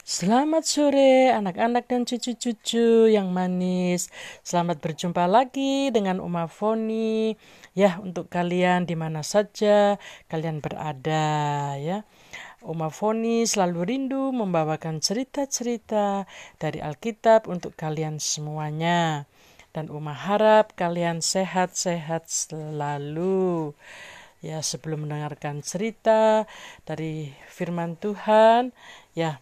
Selamat sore anak-anak dan cucu-cucu yang manis. Selamat berjumpa lagi dengan Uma Foni. Ya, untuk kalian di mana saja kalian berada ya. Uma Foni selalu rindu membawakan cerita-cerita dari Alkitab untuk kalian semuanya. Dan Uma harap kalian sehat-sehat selalu. Ya, sebelum mendengarkan cerita dari firman Tuhan, ya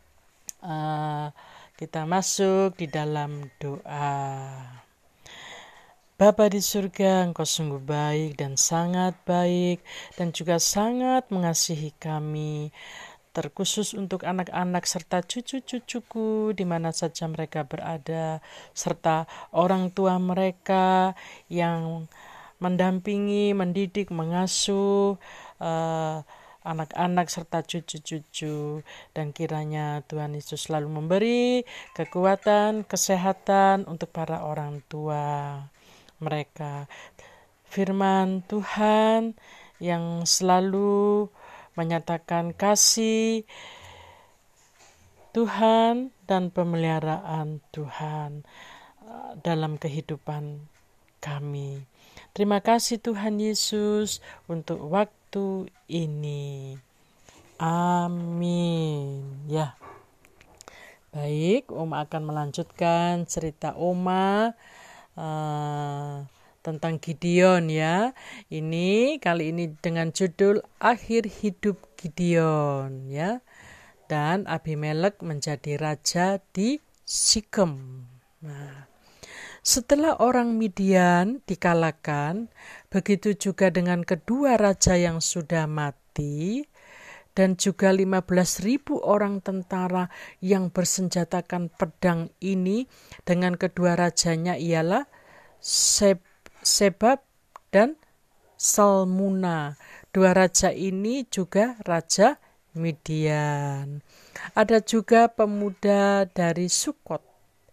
kita masuk di dalam doa. Bapa di surga, Engkau sungguh baik dan sangat baik dan juga sangat mengasihi kami. Terkhusus untuk anak-anak serta cucu-cucuku di mana saja mereka berada, serta orang tua mereka yang mendampingi, mendidik, mengasuh anak-anak serta cucu-cucu, dan kiranya Tuhan Yesus selalu memberi kekuatan, kesehatan untuk para orang tua mereka. Firman Tuhan yang selalu menyatakan kasih Tuhan dan pemeliharaan Tuhan dalam kehidupan kami. Terima kasih Tuhan Yesus untuk waktu ini. Amin. Ya. Baik, Oma akan melanjutkan cerita Oma tentang Gideon ya. Kali ini dengan judul Akhir Hidup Gideon ya. Dan Abimelek menjadi raja di Sikem. Nah, setelah orang Midian dikalahkan, begitu juga dengan kedua raja yang sudah mati, dan juga 15.000 orang tentara yang bersenjatakan pedang ini dengan kedua rajanya ialah Sebab dan Salmuna. Dua raja ini juga raja Midian. Ada juga pemuda dari Sukot.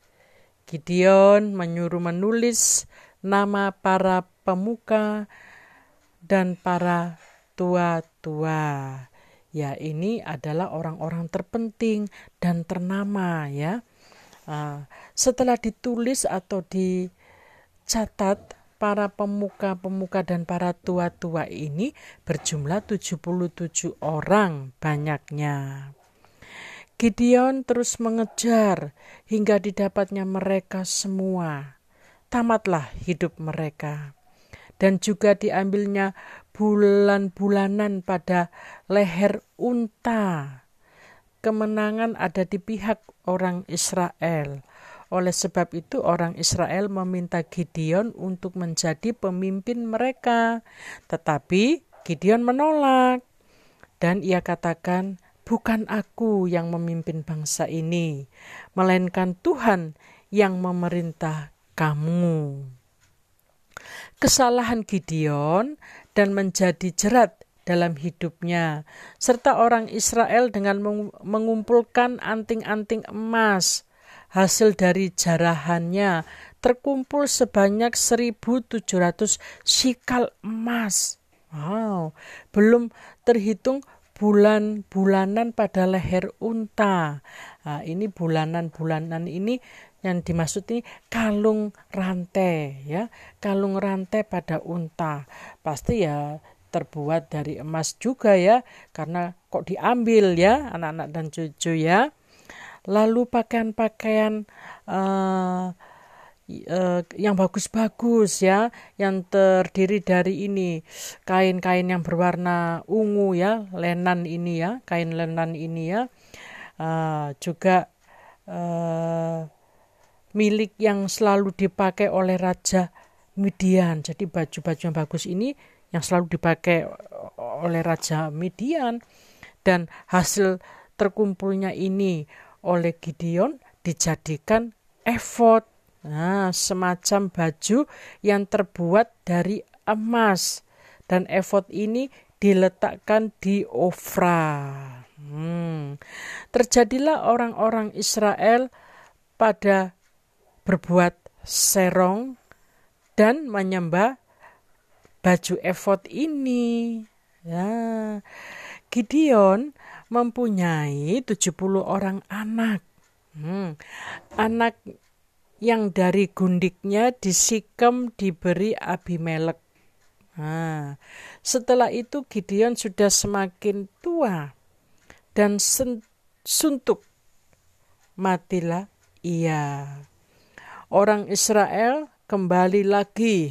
Gideon menyuruh menulis nama para pemuka dan para tua-tua. Ya, ini adalah orang-orang terpenting dan ternama ya. Setelah ditulis atau dicatat, para pemuka-pemuka dan para tua-tua ini berjumlah 77 orang banyaknya. Gideon terus mengejar hingga didapatnya mereka semua. Tamatlah hidup mereka. Dan juga diambilnya bulan-bulanan pada leher unta. Kemenangan ada di pihak orang Israel. Oleh sebab itu orang Israel meminta Gideon untuk menjadi pemimpin mereka. Tetapi Gideon menolak. Dan ia katakan, bukan aku yang memimpin bangsa ini, melainkan Tuhan yang memerintah kamu. Kesalahan Gideon dan menjadi jerat dalam hidupnya, serta orang Israel dengan mengumpulkan anting-anting emas, hasil dari jarahannya terkumpul sebanyak 1.700 shikal emas. Wow, belum terhitung bulan-bulanan pada leher unta. Nah, ini bulanan-bulanan ini yang dimaksud ini kalung rantai ya, kalung rantai pada unta. Pasti ya terbuat dari emas juga ya, karena kok diambil ya anak-anak dan cucu ya. Lalu pakaian-pakaian yang bagus-bagus ya, yang terdiri dari ini kain-kain yang berwarna ungu ya, lenan ini ya, kain lenan ini ya, juga milik yang selalu dipakai oleh Raja Midian. Jadi baju-baju yang bagus ini yang selalu dipakai oleh Raja Midian, dan hasil terkumpulnya ini oleh Gideon dijadikan efod. Nah, semacam baju yang terbuat dari emas, dan efod ini diletakkan di Ofra. Terjadilah orang-orang Israel pada berbuat serong dan menyembah baju efod ini. Ya, Gideon mempunyai 70 orang anak. Anak yang dari gundiknya di Sikem diberi Abimelek. Setelah itu Gideon sudah semakin tua dan suntuk. Matilah ia. Orang Israel kembali lagi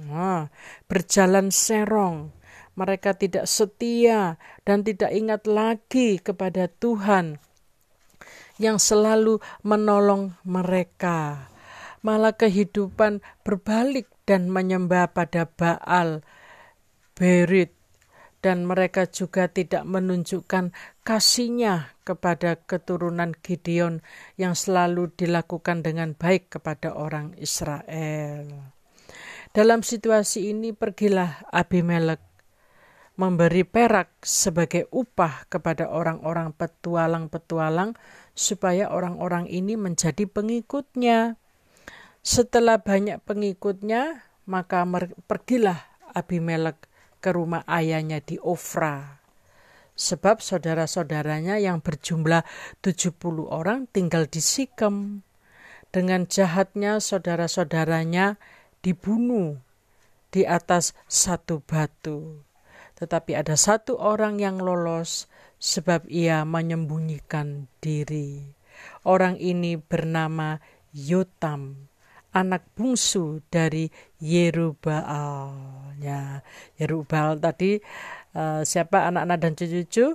berjalan serong. Mereka tidak setia dan tidak ingat lagi kepada Tuhan yang selalu menolong mereka. Malah kehidupan berbalik dan menyembah pada Baal, Berit, dan mereka juga tidak menunjukkan kasihnya kepada keturunan Gideon yang selalu dilakukan dengan baik kepada orang Israel. Dalam situasi ini pergilah Abimelek memberi perak sebagai upah kepada orang-orang petualang-petualang supaya orang-orang ini menjadi pengikutnya. Setelah banyak pengikutnya, maka pergilah Abimelek ke rumah ayahnya di Ofra. Sebab saudara-saudaranya yang berjumlah 70 orang tinggal di Sikem. Dengan jahatnya saudara-saudaranya dibunuh di atas satu batu. Tetapi ada satu orang yang lolos sebab ia menyembunyikan diri. Orang ini bernama Yotam, anak bungsu dari Yerubbaal. Ya, Yerubbaal tadi siapa anak-anak dan cucu-cucu?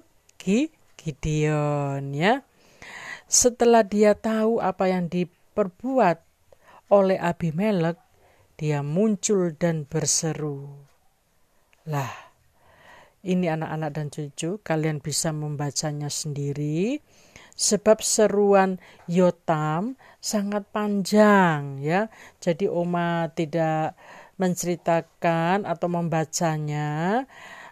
Gideon, ya. Setelah dia tahu apa yang diperbuat oleh Abimelek, dia muncul dan berseru. Lah, ini anak-anak dan cucu, kalian bisa membacanya sendiri. Sebab seruan Yotam sangat panjang, ya. Jadi Oma tidak menceritakan atau membacanya.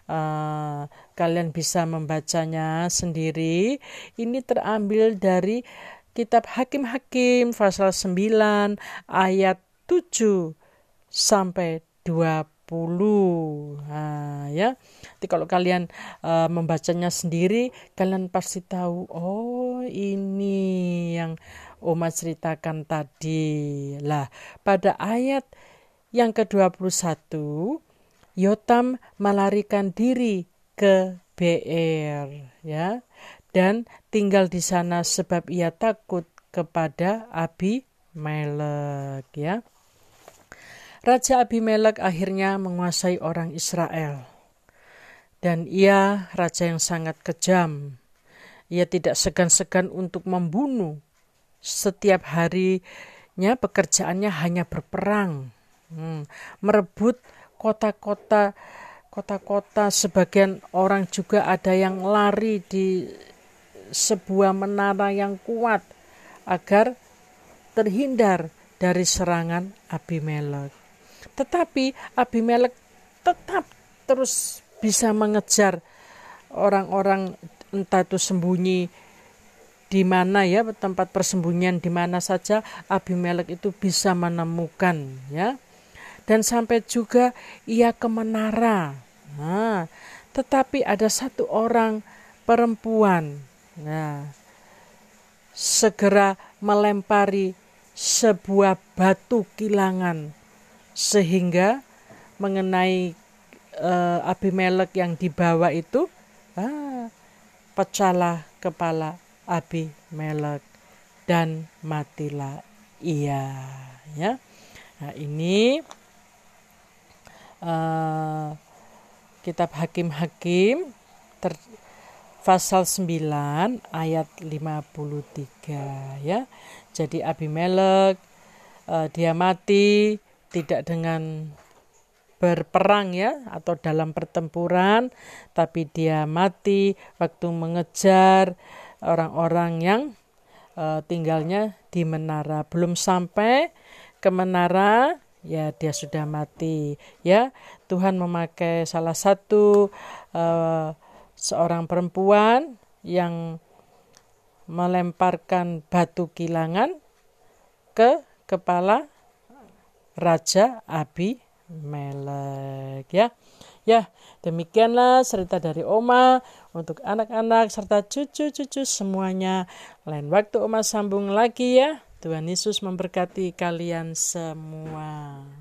Kalian bisa membacanya sendiri. Ini terambil dari kitab Hakim-Hakim pasal 9 ayat 7 sampai 20. Ya. Jadi kalau kalian membacanya sendiri, kalian pasti tahu, oh ini yang Oma ceritakan tadi. Lah, pada ayat yang ke-21, Yotam melarikan diri ke Beer, ya, dan tinggal di sana sebab ia takut kepada Abimelek, ya. Raja Abimelek akhirnya menguasai orang Israel. Dan ia raja yang sangat kejam. Ia tidak segan-segan untuk membunuh. Setiap harinya pekerjaannya hanya berperang. Merebut kota-kota. Sebagian orang juga ada yang lari di sebuah menara yang kuat agar terhindar dari serangan Abimelek. Tetapi Abimelek tetap terus bisa mengejar orang-orang, entah itu sembunyi di mana, ya, tempat persembunyian di mana saja Abimelek itu bisa menemukan, ya. Dan sampai juga ia ke menara. Tetapi ada satu orang perempuan, segera melempari sebuah batu kilangan sehingga mengenai Abimelek yang dibawa itu, pecahlah kepala Abimelek dan matilah ia, ya. Nah, ini kitab Hakim-Hakim pasal 9 ayat 53, ya. Jadi Abimelek dia mati tidak dengan berperang, ya, atau dalam pertempuran, tapi dia mati waktu mengejar orang-orang yang tinggalnya di menara. Belum sampai ke menara, ya, dia sudah mati, ya. Tuhan memakai salah satu seorang perempuan yang melemparkan batu kilangan ke kepala Raja Abimelek, ya. Ya, demikianlah cerita dari Oma. untuk anak-anak serta cucu-cucu semuanya. Lain waktu Oma sambung lagi ya. Tuhan Yesus memberkati kalian semua.